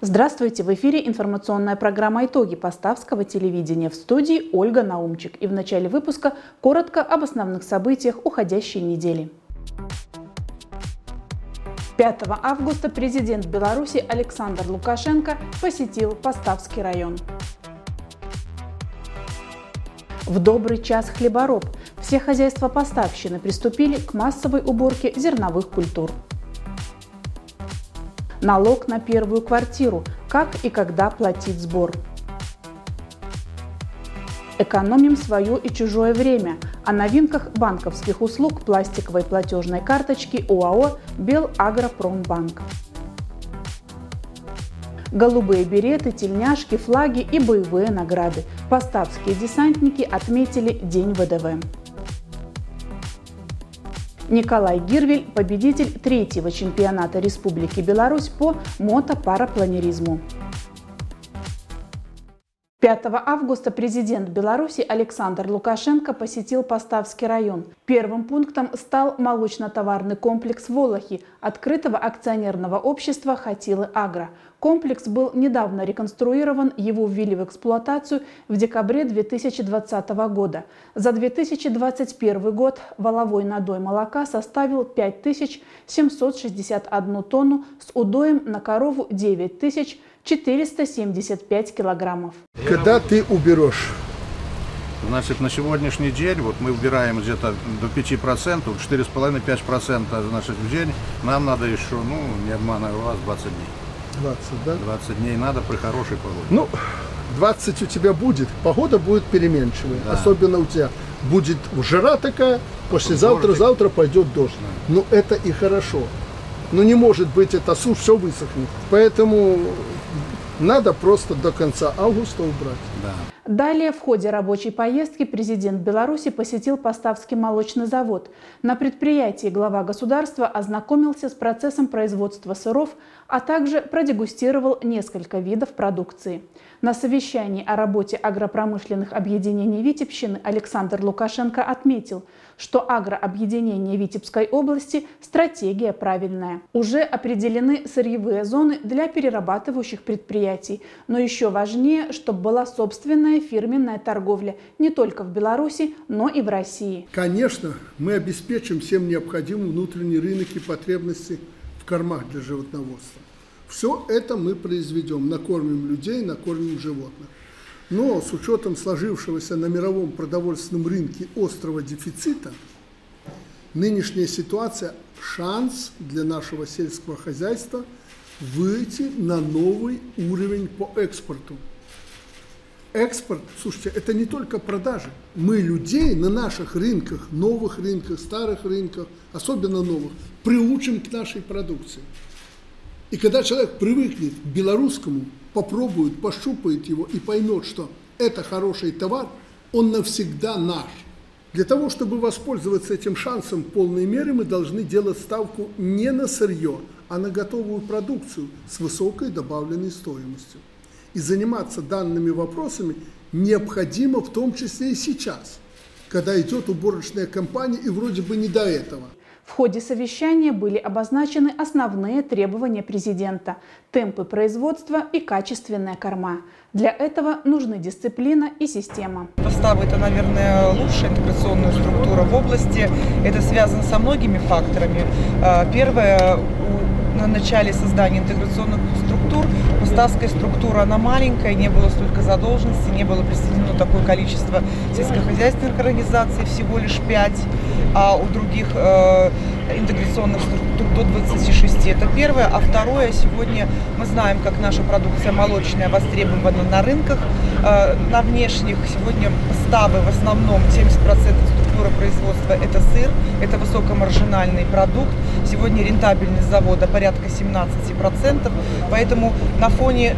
Здравствуйте! В эфире информационная программа «Итоги Поставского телевидения», в студии Ольга Наумчик. И в начале выпуска коротко об основных событиях уходящей недели. 5 августа президент Беларуси Александр Лукашенко посетил Поставский район. В добрый час хлебороб. Все хозяйства Поставщины приступили к массовой уборке зерновых культур. Налог на первую квартиру. Как и когда платить сбор. Экономим свое и чужое время. О новинках банковских услуг пластиковой платежной карточки ОАО «Белагропромбанк». Голубые береты, тельняшки, флаги и боевые награды. Поставские десантники отметили День ВДВ. Николай Гирвель – победитель 3-го чемпионата Республики Беларусь по мотопарапланеризму. 5 августа президент Беларуси Александр Лукашенко посетил Поставский район. Первым пунктом стал молочно-товарный комплекс «Волохи» открытого акционерного общества «Хатилы Агро». Комплекс был недавно реконструирован, его ввели в эксплуатацию в декабре 2020 года. За 2021 год валовой надой молока составил 5761 тонну с удоем на корову 9475 килограммов. Когда ты уберешь? Значит, на сегодняшний день вот мы убираем где-то до 5%, 4,5-5% значит, в день. Нам надо еще, не обманываю вас, 20 дней. 20, да? 20 дней надо при хорошей погоде. 20 у тебя будет, погода будет переменчивая. Да. Особенно у тебя будет жара такая, послезавтра-завтра пойдет дождь. Да. Это и хорошо. Не может быть это сушь, все высохнет. Поэтому надо просто до конца августа убрать. Да. Далее в ходе рабочей поездки президент Беларуси посетил Поставский молочный завод. На предприятии глава государства ознакомился с процессом производства сыров, а также продегустировал несколько видов продукции. На совещании о работе агропромышленных объединений Витебщины Александр Лукашенко отметил, что агрообъединение Витебской области – стратегия правильная. Уже определены сырьевые зоны для перерабатывающих предприятий, но еще важнее, чтобы была собственная фирменная торговля не только в Беларуси, но и в России. Конечно, мы обеспечим всем необходимый внутренний рынок и потребности в кормах для животноводства. Все это мы произведем, накормим людей, накормим животных. Но с учетом сложившегося на мировом продовольственном рынке острого дефицита, нынешняя ситуация – шанс для нашего сельского хозяйства выйти на новый уровень по экспорту. Экспорт, слушайте, это не только продажи. Мы людей на наших рынках, новых рынках, старых рынках, особенно новых, приучим к нашей продукции. И когда человек привыкнет к белорусскому, попробует, пощупает его и поймет, что это хороший товар, он навсегда наш. Для того, чтобы воспользоваться этим шансом в полной мере, мы должны делать ставку не на сырье, а на готовую продукцию с высокой добавленной стоимостью. И заниматься данными вопросами необходимо в том числе и сейчас, когда идет уборочная кампания и вроде бы не до этого. В ходе совещания были обозначены основные требования президента – темпы производства и качественная корма. Для этого нужны дисциплина и система. Поставы – это, наверное, лучшая интеграционная структура в области. Это связано со многими факторами. Первое – на начале создания интеграционных структур поставская структура, она маленькая, не было столько задолженностей, не было присоединено такое количество сельскохозяйственных организаций, всего лишь 5, а у других интеграционных структур до 26. Это первое. А второе, сегодня мы знаем, как наша продукция молочная востребована на рынках, на внешних. Сегодня поставы в основном 70% структуры производства – это сыр, это высокомаржинальный продукт. Сегодня рентабельность завода порядка 17%, поэтому на фоне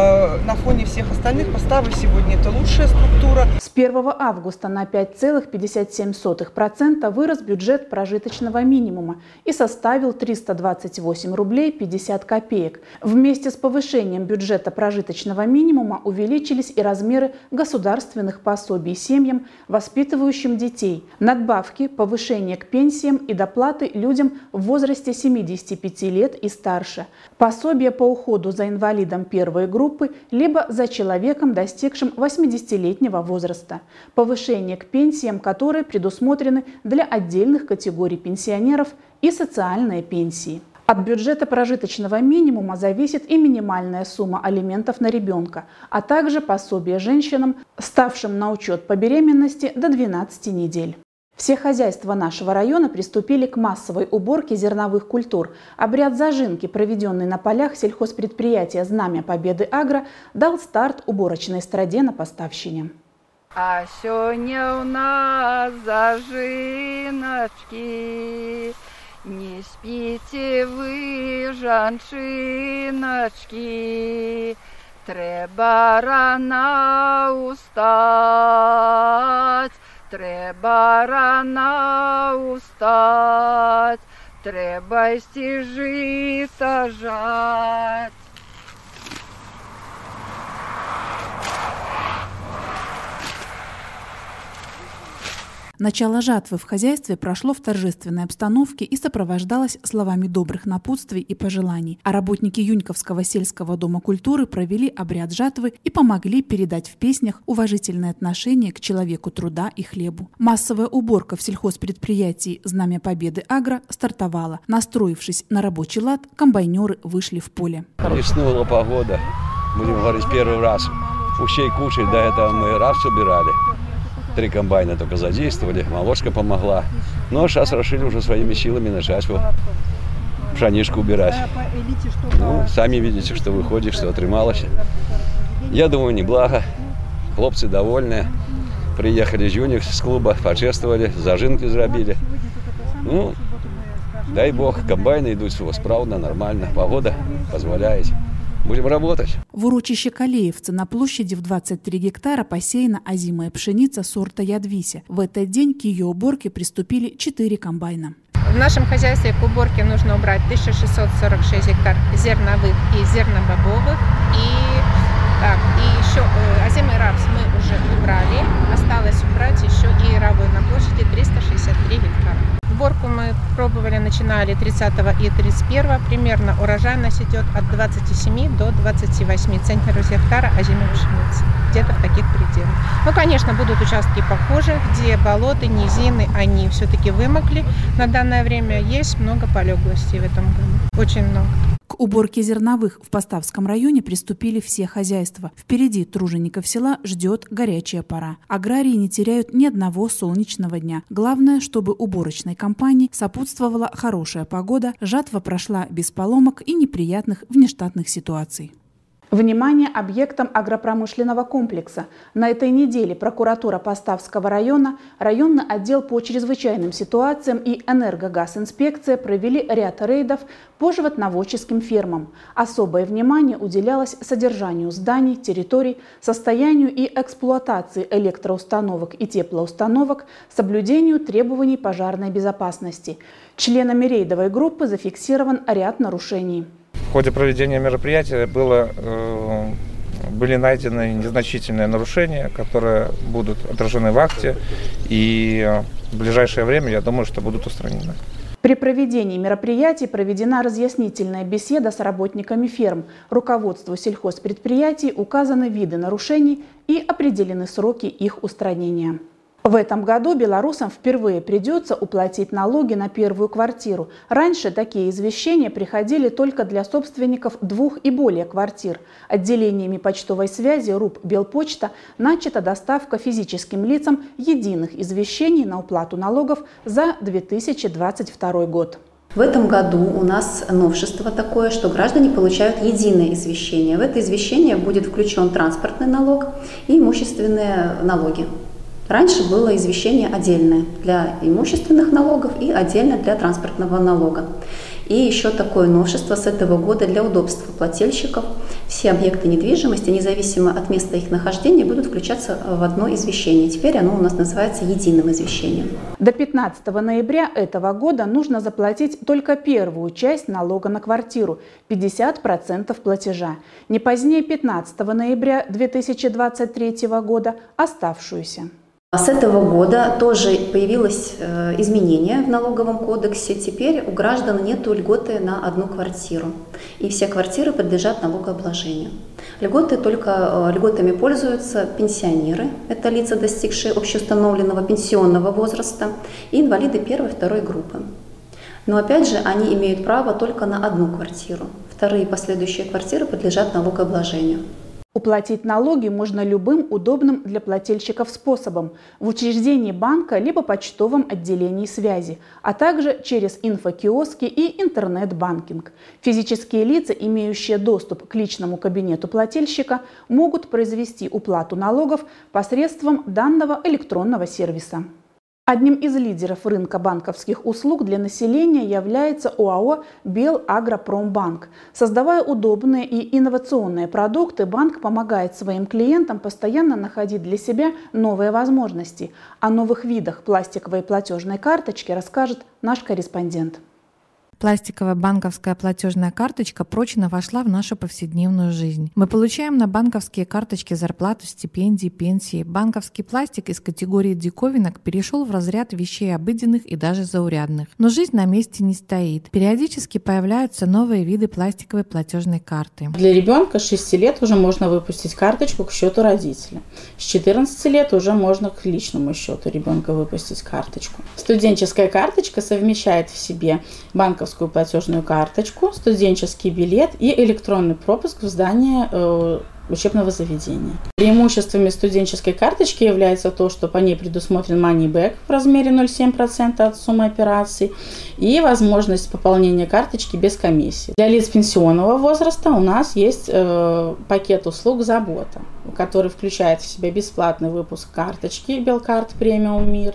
всех остальных поставок сегодня это лучшая структура. С 1 августа на 5,57% вырос бюджет прожиточного минимума. минимума и составил 328 рублей 50 копеек. Вместе с повышением бюджета прожиточного минимума увеличились и размеры государственных пособий семьям, воспитывающим детей, надбавки, повышение к пенсиям и доплаты людям в возрасте 75 лет и старше, пособие по уходу за инвалидом первой группы либо за человеком, достигшим 80-летнего возраста, повышение к пенсиям, которые предусмотрены для отдельных категорий пенсионеров, и социальные пенсии. От бюджета прожиточного минимума зависит и минимальная сумма алиментов на ребенка, а также пособие женщинам, ставшим на учет по беременности до 12 недель. Все хозяйства нашего района приступили к массовой уборке зерновых культур. Обряд зажинки, проведенный на полях сельхозпредприятия «Знамя Победы Агро», дал старт уборочной страде на Поставщине. А сёння у нас зажиночки, не спите вы, жанчиночки, треба рано устать, треба рано устать, треба стежи сажать. Начало жатвы в хозяйстве прошло в торжественной обстановке и сопровождалось словами добрых напутствий и пожеланий. А работники Юньковского сельского дома культуры провели обряд жатвы и помогли передать в песнях уважительное отношение к человеку труда и хлебу. Массовая уборка в сельхозпредприятии «Знамя Победы Агро» стартовала. Настроившись на рабочий лад, комбайнеры вышли в поле. Леснула погода, будем говорить, первый раз. Ущей кучей, до этого мы раз убирали. 3 комбайна только задействовали, молочка помогла. Но сейчас решили уже своими силами начать пшеничку убирать. Ну, сами видите, что выходит, что отрымалось. Я думаю, неблаго. Хлопцы довольны. Приехали из Юникс с клуба, почествовали, зажинки зробили. Ну, дай бог, комбайны идут справно, нормально. Погода позволяет. Будем работать. В урочище Калеевцы на площади в 23 гектара посеяна озимая пшеница сорта Ядвися. В этот день к ее уборке приступили 4 комбайна. В нашем хозяйстве к уборке нужно убрать 1646 гектар зерновых и зернобобовых. И еще озимый рапс мы уже убрали. Осталось убрать еще и яровой на площади 363 гектара. Уборку мы пробовали, начинали 30 и 31. Примерно урожайность идет от 27 до 28 центнеров с гектара озимой пшеницы. Где-то в таких пределах. Ну, конечно, будут участки похожи, где болоты, низины, они все-таки вымокли. На данное время есть много полеглостей в этом году. Очень много. К уборке зерновых в Поставском районе приступили все хозяйства. Впереди тружеников села ждет горячая пора. Аграрии не теряют ни одного солнечного дня. Главное, чтобы уборочной кампании сопутствовала хорошая погода, жатва прошла без поломок и неприятных внештатных ситуаций. Внимание объектам агропромышленного комплекса. На этой неделе прокуратура Поставского района, районный отдел по чрезвычайным ситуациям и энергогазинспекция провели ряд рейдов по животноводческим фермам. Особое внимание уделялось содержанию зданий, территорий, состоянию и эксплуатации электроустановок и теплоустановок, соблюдению требований пожарной безопасности. Членами рейдовой группы зафиксирован ряд нарушений. В ходе проведения мероприятия были найдены незначительные нарушения, которые будут отражены в акте, и в ближайшее время, я думаю, что будут устранены. При проведении мероприятий проведена разъяснительная беседа с работниками ферм. Руководству сельхозпредприятий указаны виды нарушений и определены сроки их устранения. В этом году белорусам впервые придется уплатить налоги на первую квартиру. Раньше такие извещения приходили только для собственников 2 и более квартир. Отделениями почтовой связи РУП «Белпочта» начата доставка физическим лицам единых извещений на уплату налогов за 2022 год. В этом году у нас новшество такое, что граждане получают единое извещение. В это извещение будет включен транспортный налог и имущественные налоги. Раньше было извещение отдельное для имущественных налогов и отдельно для транспортного налога. И еще такое новшество с этого года для удобства плательщиков. Все объекты недвижимости, независимо от места их нахождения, будут включаться в одно извещение. Теперь оно у нас называется единым извещением. До 15 ноября этого года нужно заплатить только первую часть налога на квартиру – 50% платежа. Не позднее 15 ноября 2023 года – оставшуюся. С этого года тоже появилось изменение в налоговом кодексе. Теперь у граждан нет льготы на одну квартиру. И все квартиры подлежат налогообложению. Льготами пользуются пенсионеры, это лица, достигшие общеустановленного пенсионного возраста, и инвалиды первой и второй группы. Но опять же, они имеют право только на одну квартиру. Вторые и последующие квартиры подлежат налогообложению. Уплатить налоги можно любым удобным для плательщиков способом – в учреждении банка либо почтовом отделении связи, а также через инфокиоски и интернет-банкинг. Физические лица, имеющие доступ к личному кабинету плательщика, могут произвести уплату налогов посредством данного электронного сервиса. Одним из лидеров рынка банковских услуг для населения является ОАО «Белагропромбанк». Создавая удобные и инновационные продукты, банк помогает своим клиентам постоянно находить для себя новые возможности. О новых видах пластиковой платежной карточки расскажет наш корреспондент. Пластиковая банковская платежная карточка прочно вошла в нашу повседневную жизнь. Мы получаем на банковские карточки зарплату, стипендии, пенсии. Банковский пластик из категории диковинок перешел в разряд вещей обыденных и даже заурядных. Но жизнь на месте не стоит. Периодически появляются новые виды пластиковой платежной карты. Для ребенка с 6 лет уже можно выпустить карточку к счету родителя. С 14 лет уже можно к личному счету ребенка выпустить карточку. Студенческая карточка совмещает в себе банковскую платежную карточку, студенческий билет и электронный пропуск в здание учебного заведения. Преимуществами студенческой карточки является то, что по ней предусмотрен money-back в размере 0,7% от суммы операций и возможность пополнения карточки без комиссии. Для лиц пенсионного возраста у нас есть пакет услуг «Забота», который включает в себя бесплатный выпуск карточки Белкарт Премиум Мир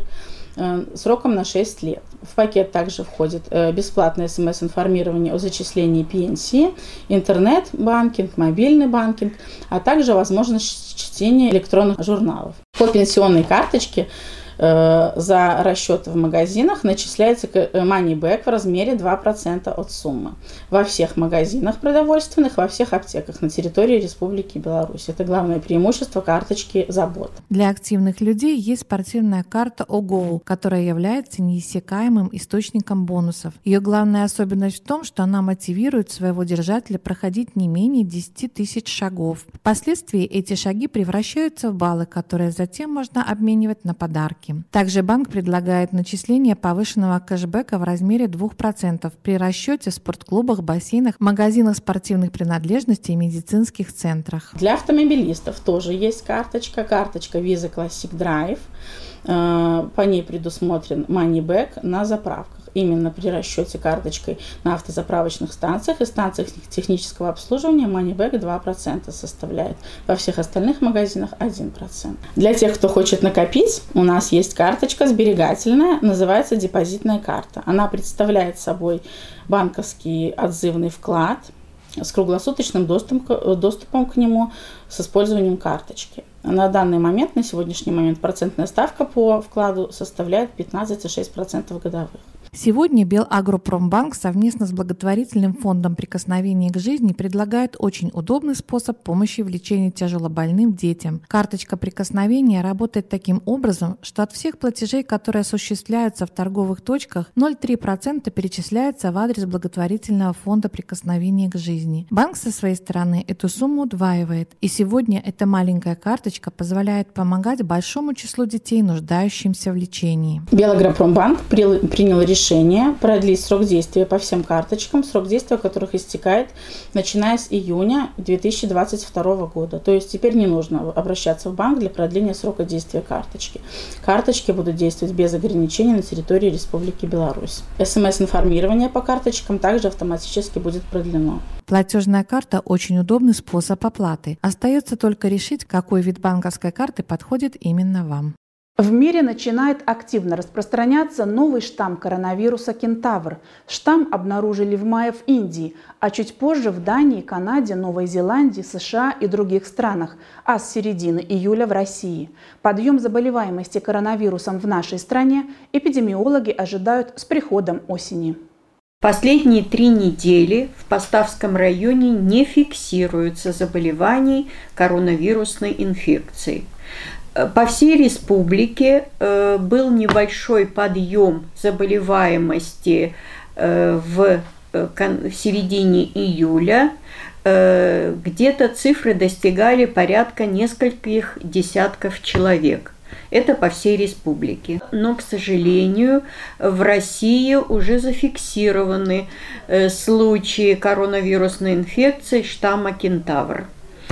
сроком на 6 лет. В пакет также входит бесплатное СМС-информирование о зачислении пенсии, интернет-банкинг, мобильный банкинг, а также возможность чтения электронных журналов. По пенсионной карточке за расчеты в магазинах начисляется money-back в размере 2% от суммы. Во всех магазинах продовольственных, во всех аптеках на территории Республики Беларусь. Это главное преимущество карточки «Забота». Для активных людей есть спортивная карта ОГО, которая является неиссякаемым источником бонусов. Ее главная особенность в том, что она мотивирует своего держателя проходить не менее 10 тысяч шагов. Впоследствии эти шаги превращаются в баллы, которые затем можно обменивать на подарки. Также банк предлагает начисление повышенного кэшбэка в размере 2% при расчете в спортклубах, бассейнах, магазинах спортивных принадлежностей и медицинских центрах. Для автомобилистов тоже есть карточка Visa Classic Drive. По ней предусмотрен money-back на заправках. Именно при расчете карточкой на автозаправочных станциях и станциях технического обслуживания money-back 2% составляет. Во всех остальных магазинах 1%. Для тех, кто хочет накопить, у нас есть карточка сберегательная, называется депозитная карта. Она представляет собой банковский отзывный вклад с круглосуточным доступом к нему с использованием карточки. На данный момент, на сегодняшний момент, процентная ставка по вкладу составляет 15,6% годовых. Сегодня Белагропромбанк совместно с благотворительным фондом «Прикосновение к жизни» предлагает очень удобный способ помощи в лечении тяжелобольным детям. Карточка прикосновения работает таким образом, что от всех платежей, которые осуществляются в торговых точках, 0,3% перечисляется в адрес благотворительного фонда «Прикосновение к жизни». Банк со своей стороны эту сумму удваивает. И сегодня эта маленькая карточка позволяет помогать большому числу детей, нуждающимся в лечении. Белагропромбанк принял решение продлить срок действия по всем карточкам, срок действия которых истекает начиная с июня 2022 года. То есть теперь не нужно обращаться в банк для продления срока действия карточки. Карточки будут действовать без ограничений на территории Республики Беларусь. СМС-информирование по карточкам также автоматически будет продлено. Платежная карта – очень удобный способ оплаты. Остается только решить, какой вид банковской карты подходит именно вам. В мире начинает активно распространяться новый штамм коронавируса «Кентавр». Штамм обнаружили в мае в Индии, а чуть позже в Дании, Канаде, Новой Зеландии, США и других странах, а с середины июля в России. Подъем заболеваемости коронавирусом в нашей стране эпидемиологи ожидают с приходом осени. Последние 3 недели в Поставском районе не фиксируется заболеваний коронавирусной инфекцией. По всей республике был небольшой подъем заболеваемости в середине июля. Где-то цифры достигали порядка нескольких десятков человек. Это по всей республике. Но, к сожалению, в России уже зафиксированы случаи коронавирусной инфекции штамма «Кентавр».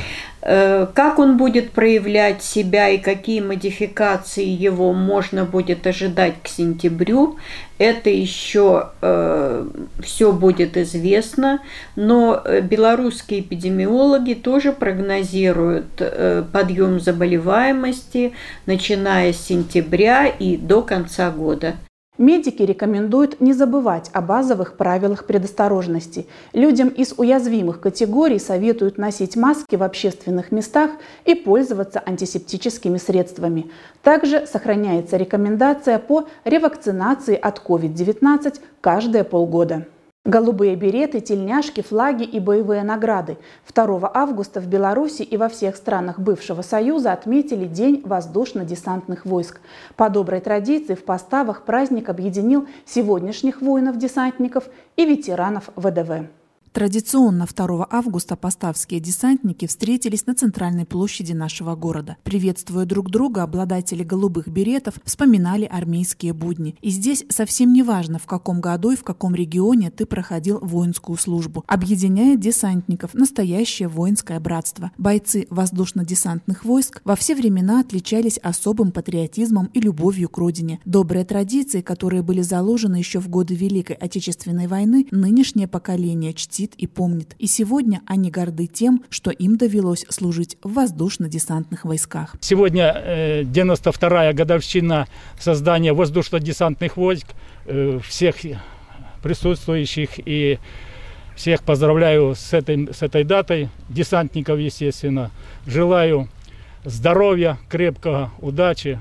Как он будет проявлять себя и какие модификации его можно будет ожидать к сентябрю, это еще все будет известно, но белорусские эпидемиологи тоже прогнозируют подъем заболеваемости, начиная с сентября и до конца года. Медики рекомендуют не забывать о базовых правилах предосторожности. Людям из уязвимых категорий советуют носить маски в общественных местах и пользоваться антисептическими средствами. Также сохраняется рекомендация по ревакцинации от COVID-19 каждые полгода. Голубые береты, тельняшки, флаги и боевые награды. 2 августа в Беларуси и во всех странах бывшего Союза отметили День воздушно-десантных войск. По доброй традиции в Поставах праздник объединил сегодняшних воинов-десантников и ветеранов ВДВ. Традиционно 2 августа поставские десантники встретились на центральной площади нашего города. Приветствуя друг друга, обладатели голубых беретов вспоминали армейские будни. И здесь совсем не важно, в каком году и в каком регионе ты проходил воинскую службу. Объединяет десантников настоящее воинское братство. Бойцы воздушно-десантных войск во все времена отличались особым патриотизмом и любовью к родине. Добрые традиции, которые были заложены еще в годы Великой Отечественной войны, нынешнее поколение чтит и помнит. И сегодня они горды тем, что им довелось служить в воздушно-десантных войсках. Сегодня 92-я годовщина создания воздушно-десантных войск. Всех присутствующих и всех поздравляю с этой датой. Десантников, естественно. Желаю здоровья, крепкого, удачи.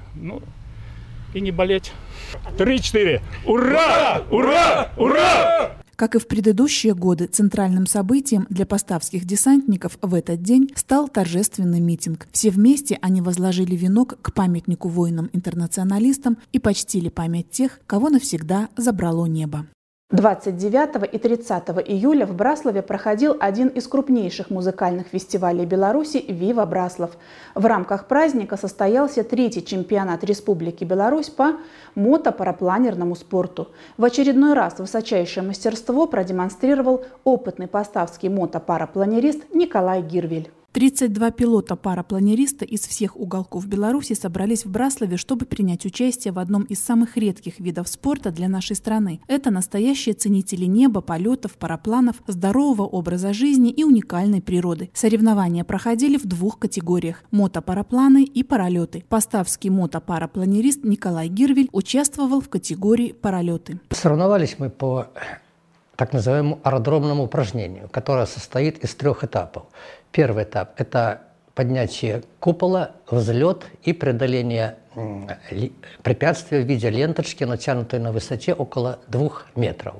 И не болеть. 3-4. Ура! Ура! Ура! Как и в предыдущие годы, центральным событием для поставских десантников в этот день стал торжественный митинг. Все вместе они возложили венок к памятнику воинам-интернационалистам и почтили память тех, кого навсегда забрало небо. 29 и 30 июля в Браславе проходил один из крупнейших музыкальных фестивалей Беларуси «Вива Браслав». В рамках праздника состоялся 3-й чемпионат Республики Беларусь по мотопарапланерному спорту. В очередной раз высочайшее мастерство продемонстрировал опытный поставский мотопарапланерист Николай Гирвель. 32 пилота-парапланериста из всех уголков Беларуси собрались в Браславе, чтобы принять участие в одном из самых редких видов спорта для нашей страны. Это настоящие ценители неба, полетов, парапланов, здорового образа жизни и уникальной природы. Соревнования проходили в 2 категориях – мотопарапланы и паралеты. Поставский мотопарапланерист Николай Гирвель участвовал в категории паралеты. Соревновались мы по так называемому аэродромному упражнению, которое состоит из 3 этапов. Первый этап – это поднятие купола, взлет и преодоление препятствия в виде ленточки, натянутой на высоте около 2 метров.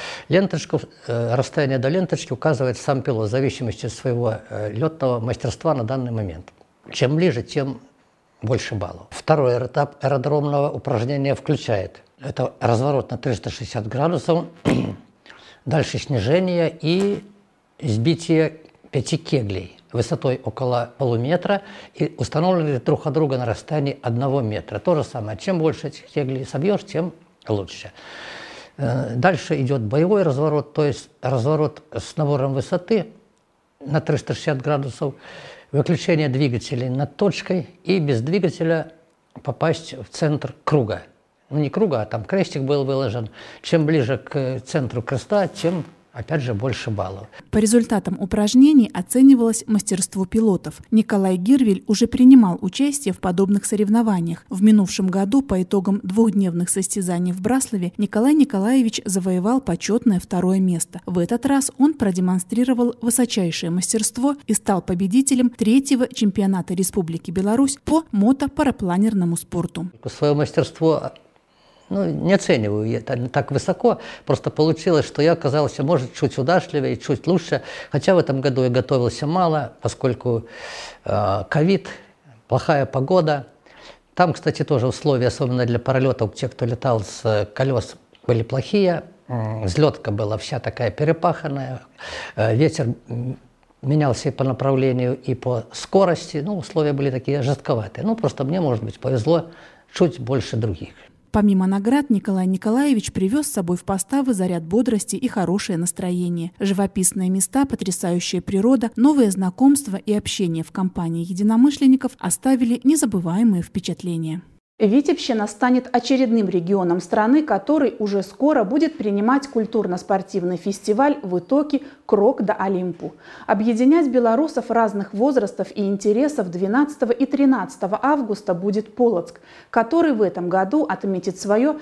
Расстояние до ленточки указывает сам пилот в зависимости от своего летного мастерства на данный момент. Чем ближе, тем больше баллов. Второй этап аэродромного упражнения включает это разворот на 360 градусов, дальше снижение и сбитие 5 кеглей высотой около полуметра и установлены друг от друга на расстоянии 1 метра. То же самое. Чем больше этих кеглей собьешь, тем лучше. Дальше идет боевой разворот, то есть разворот с набором высоты на 360 градусов, выключение двигателей над точкой и без двигателя попасть в центр круга. Не круга, а там крестик был выложен. Чем ближе к центру креста, тем опять же, больше баллов. По результатам упражнений оценивалось мастерство пилотов. Николай Гирвель уже принимал участие в подобных соревнованиях. В минувшем году по итогам двухдневных состязаний в Браславе Николай Николаевич завоевал почетное 2-е место. В этот раз он продемонстрировал высочайшее мастерство и стал победителем 3-го чемпионата Республики Беларусь по мотопарапланерному спорту. Свое мастерство не оцениваю это так высоко, просто получилось, что я оказался, может, чуть удачливее, чуть лучше, хотя в этом году я готовился мало, поскольку ковид, плохая погода. Там, кстати, тоже условия, особенно для паралетов, те, кто летал с колес, были плохие, взлетка была вся такая перепаханная, ветер менялся и по направлению, и по скорости, условия были такие жестковатые. Просто мне, может быть, повезло чуть больше других. Помимо наград, Николай Николаевич привез с собой в поставы заряд бодрости и хорошее настроение. Живописные места, потрясающая природа, новые знакомства и общение в компании единомышленников оставили незабываемые впечатления. Витебщина станет очередным регионом страны, который уже скоро будет принимать культурно-спортивный фестиваль в итоге «Крок до Олимпу». Объединять белорусов разных возрастов и интересов 12 и 13 августа будет Полоцк, который в этом году отметит свое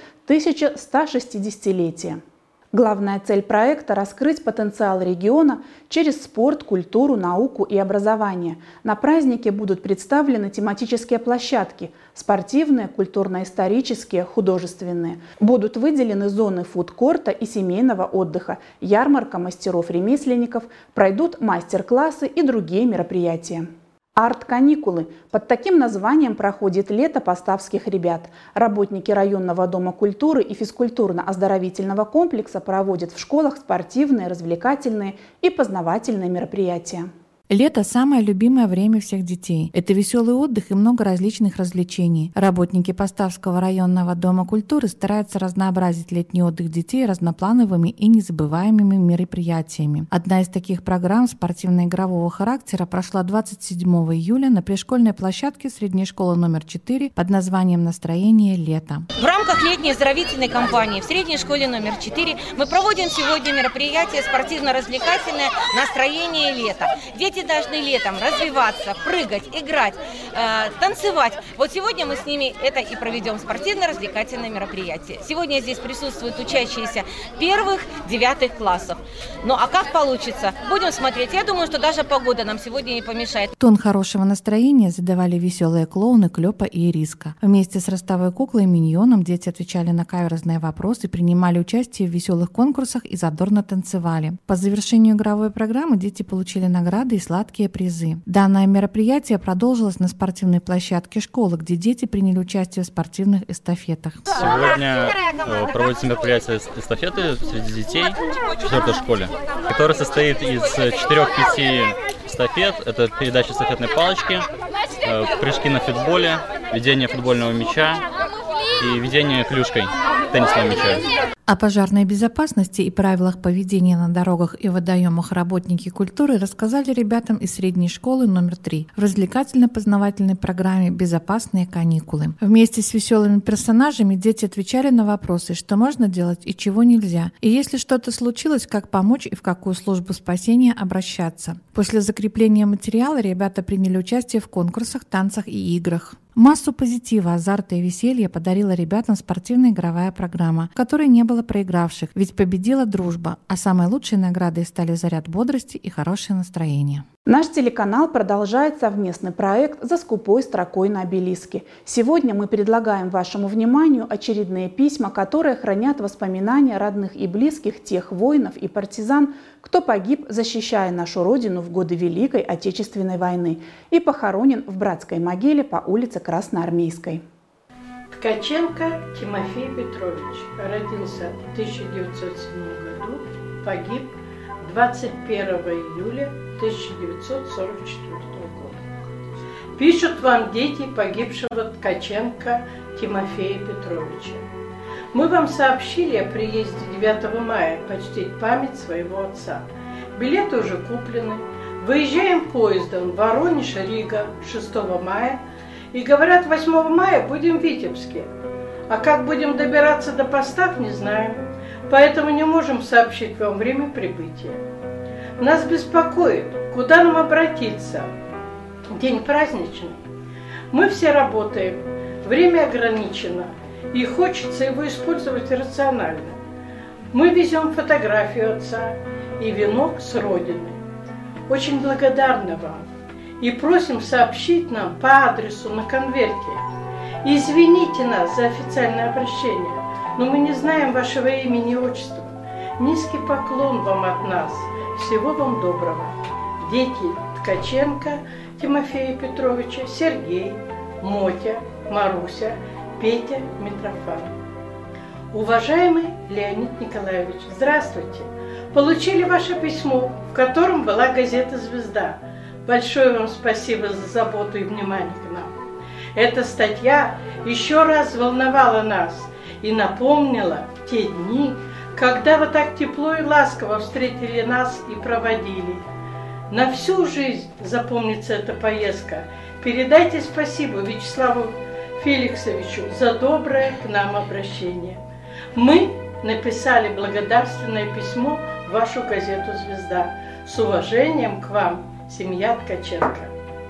1160-летие. Главная цель проекта – раскрыть потенциал региона через спорт, культуру, науку и образование. На празднике будут представлены тематические площадки – спортивные, культурно-исторические, художественные. Будут выделены зоны фудкорта и семейного отдыха, ярмарка мастеров-ремесленников, пройдут мастер-классы и другие мероприятия. Арт-каникулы. Под таким названием проходит лето поставских ребят. Работники районного дома культуры и физкультурно-оздоровительного комплекса проводят в школах спортивные, развлекательные и познавательные мероприятия. Лето – самое любимое время всех детей. Это веселый отдых и много различных развлечений. Работники Поставского районного дома культуры стараются разнообразить летний отдых детей разноплановыми и незабываемыми мероприятиями. Одна из таких программ спортивно-игрового характера прошла 27 июля на пришкольной площадке средней школы номер 4 под названием «Настроение лета». В рамках летней оздоровительной кампании в средней школе номер 4 мы проводим сегодня мероприятие спортивно-развлекательное «Настроение лета». Дети должны летом развиваться, прыгать, играть, танцевать. Вот сегодня мы с ними это и проведем, спортивно-развлекательное мероприятие. Сегодня здесь присутствуют учащиеся 1-9 классов. Ну а как получится, будем смотреть. Я думаю, что даже погода нам сегодня не помешает. Тон хорошего настроения задавали веселые клоуны Клёпа и Ириска. Вместе с ростовой куклой Миньоном дети отвечали на каверзные вопросы, принимали участие в веселых конкурсах и задорно танцевали. По завершению игровой программы дети получили награды и сладкие призы. Данное мероприятие продолжилось на спортивной площадке школы, где дети приняли участие в спортивных эстафетах. Сегодня проводится мероприятие эстафеты среди детей в 4-й школе, которое состоит из 4-5 эстафет. Это передача эстафетной палочки, прыжки на футболе, ведение футбольного мяча и ведение клюшкой теннисного мяча. О пожарной безопасности и правилах поведения на дорогах и водоемах работники культуры рассказали ребятам из средней школы номер 3 в развлекательно-познавательной программе «Безопасные каникулы». Вместе с веселыми персонажами дети отвечали на вопросы, что можно делать и чего нельзя, и если что-то случилось, как помочь и в какую службу спасения обращаться. После закрепления материала ребята приняли участие в конкурсах, танцах и играх. Массу позитива, азарта и веселья подарила ребятам спортивно-игровая программа, в которой не было проигравших, ведь победила дружба, а самой лучшей наградой стали заряд бодрости и хорошее настроение. Наш телеканал продолжает совместный проект «За скупой строкой на обелиске». Сегодня мы предлагаем вашему вниманию очередные письма, которые хранят воспоминания родных и близких тех воинов и партизан, кто погиб, защищая нашу Родину в годы Великой Отечественной войны и похоронен в братской могиле по улице Красноармейской. Ткаченко Тимофей Петрович родился в 1907 году, погиб 21 июля 1944 года. Пишут вам дети погибшего Ткаченко Тимофея Петровича. Мы вам сообщили о приезде 9 мая почтить память своего отца. Билеты уже куплены. Выезжаем поездом Воронеж-Рига 6 мая. И говорят, 8 мая будем в Витебске. А как будем добираться до Постав, не знаем. поэтому не можем сообщить вам время прибытия. Нас беспокоит, куда нам обратиться. День праздничный. Мы все работаем, время ограничено, и хочется его использовать рационально. Мы везем фотографию отца и венок с родины. Очень благодарны вам и просим сообщить нам по адресу на конверте. Извините нас за официальное обращение, но мы не знаем вашего имени и отчества. Низкий поклон вам от нас. Всего вам доброго. Дети Ткаченко Тимофея Петровича, Сергей, Мотя, Маруся, Петя, Митрофан. Уважаемый Леонид Николаевич, здравствуйте. Получили ваше письмо, в котором была газета «Звезда». Большое вам спасибо за заботу и внимание к нам. Эта статья еще раз волновала нас и напомнила те дни, когда вы так тепло и ласково встретили нас и проводили. На всю жизнь запомнится эта поездка. Передайте спасибо Вячеславу Феликсовичу за доброе к нам обращение. Мы написали благодарственное письмо в вашу газету «Звезда». С уважением к вам, семья Ткаченко.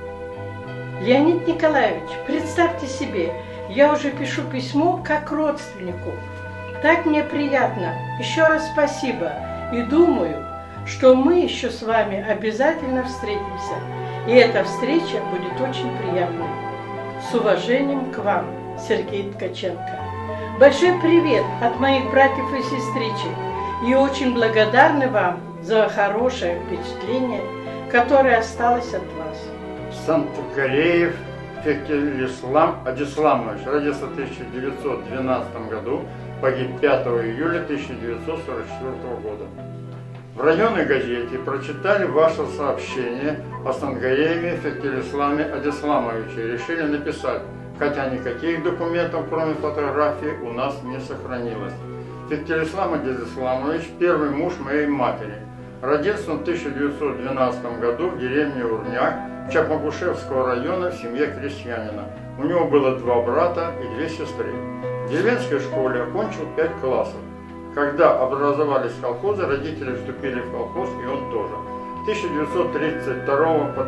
Леонид Николаевич, представьте себе, я уже пишу письмо как родственнику. Так мне приятно. Еще раз спасибо. И думаю, что мы еще с вами обязательно встретимся. И эта встреча будет очень приятной. С уважением к вам, Сергей Ткаченко. Большой привет от моих братьев и сестричек. И очень благодарны вам за хорошее впечатление, которое осталось от вас. Сантгалеев Фекелислам Адисламович родился в 1912 году, погиб 5 июля 1944 года. В районной газете прочитали ваше сообщение о Сангаеве Фекелисламе Адисламовиче и решили написать, хотя никаких документов, кроме фотографий, у нас не сохранилось. Фекелислам Адисламович – первый муж моей матери. Родился он в 1912 году в деревне Урняк Чапмагушевского района в семье крестьянина. У него было 2 брата и 2 сестры. В деревенской школе окончил 5 классов. Когда образовались колхозы, родители вступили в колхоз, и он тоже. С 1932 по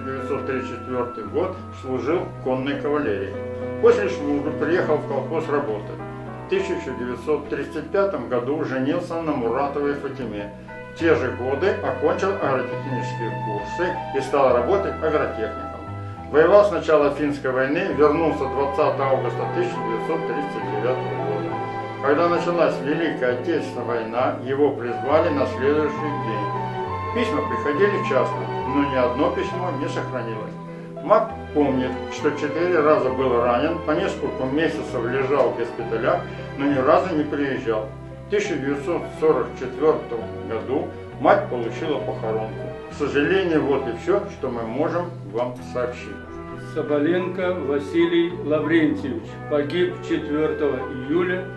1934 год служил в конной кавалерии. После службы приехал в колхоз работать. В 1935 году женился на Муратовой Фатиме. В те же годы окончил агротехнические курсы и стал работать агротехником. Воевал с начала Финской войны, вернулся 20 августа 1939 года. Когда началась Великая Отечественная война, его призвали на следующий день. Письма приходили часто, но ни одно письмо не сохранилось. Мак помнит, что 4 раза был ранен, по несколько месяцев лежал в госпиталях, но ни разу не приезжал. В 1944 году мать получила похоронку. К сожалению, вот и все, что мы можем вам сообщить. Соболенко Василий Лаврентьевич погиб 4 июля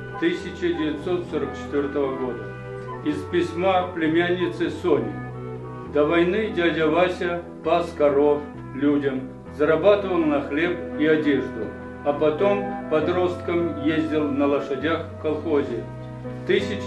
1944 года. Из письма племянницы Сони. До войны дядя Вася пас коров людям, зарабатывал на хлеб и одежду, а потом подростком ездил на лошадях в колхозе. В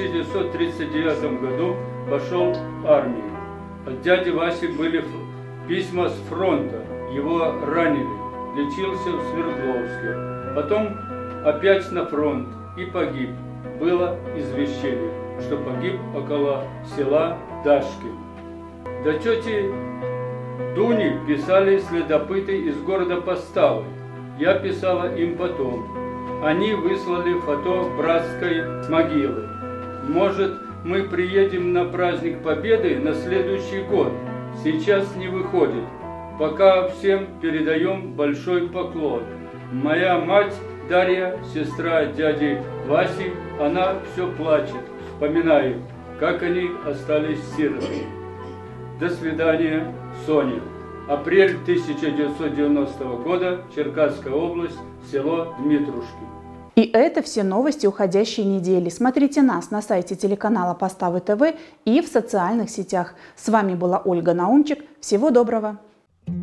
1939 году пошел в армию. От дяди Васи были письма с фронта, его ранили, лечился в Свердловске. Потом опять на фронт и погиб. Было извещение, что погиб около села Дашки. До тети Дуни писали следопыты из города Поставы. Я писала им потом. Они выслали фото братской могилы. Может, мы приедем на праздник Победы на следующий год. Сейчас не выходит. Пока всем передаем большой поклон. Моя мать Дарья, сестра дяди Васи, она все плачет, вспоминает, как они остались сиротами. До свидания, Соня. Апрель 1990 года, Черкасская область, село Дмитрушки. И это все новости уходящей недели. Смотрите нас на сайте телеканала Поставы ТВ и в социальных сетях. С вами была Ольга Наумчик. Всего доброго! С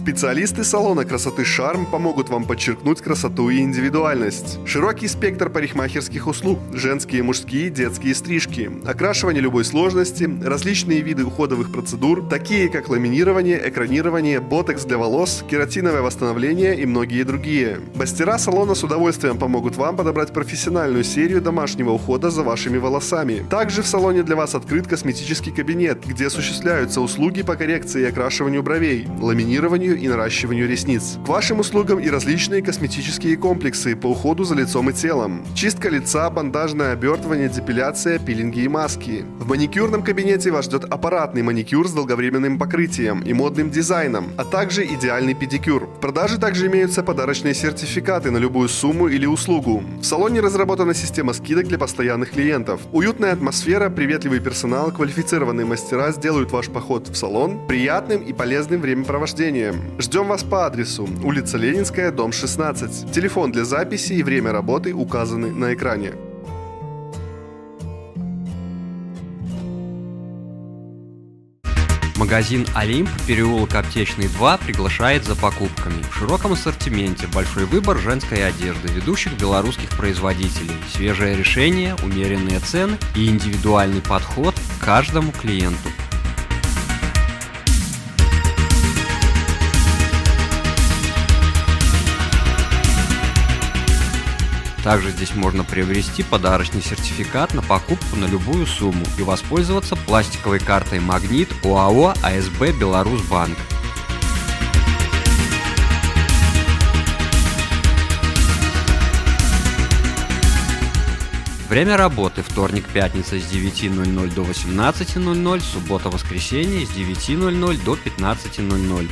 Специалисты салона красоты «Шарм» помогут вам подчеркнуть красоту и индивидуальность. Широкий спектр парикмахерских услуг, женские, мужские, детские стрижки, окрашивание любой сложности, различные виды уходовых процедур, такие как ламинирование, экранирование, ботокс для волос, кератиновое восстановление и многие другие. Мастера салона с удовольствием помогут вам подобрать профессиональную серию домашнего ухода за вашими волосами. Также в салоне для вас открыт косметический кабинет, где осуществляются услуги по коррекции и окрашиванию бровей, ламинированию и наращиванию ресниц. К вашим услугам и различные косметические комплексы по уходу за лицом и телом. Чистка лица, бандажное обертывание, депиляция, пилинги и маски. В маникюрном кабинете вас ждет аппаратный маникюр с долговременным покрытием и модным дизайном, а также идеальный педикюр. В продаже также имеются подарочные сертификаты на любую сумму или услугу. В салоне разработана система скидок для постоянных клиентов. Уютная атмосфера, приветливый персонал, квалифицированные мастера сделают ваш поход в салон приятным и полезным времяпровождением. Ждем вас по адресу: улица Ленинская, дом 16. Телефон для записи и время работы указаны на экране. Магазин «Олимп», переулок Аптечный, 2 приглашает за покупками. В широком ассортименте большой выбор женской одежды ведущих белорусских производителей, свежее решение, умеренные цены и индивидуальный подход к каждому клиенту. Также здесь можно приобрести подарочный сертификат на покупку на любую сумму и воспользоваться пластиковой картой «Магнит» ОАО АСБ «Беларусьбанк». Время работы: вторник-пятница с 9:00 до 18:00, суббота-воскресенье с 9:00 до 15:00.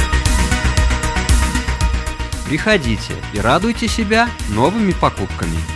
Приходите и радуйте себя новыми покупками.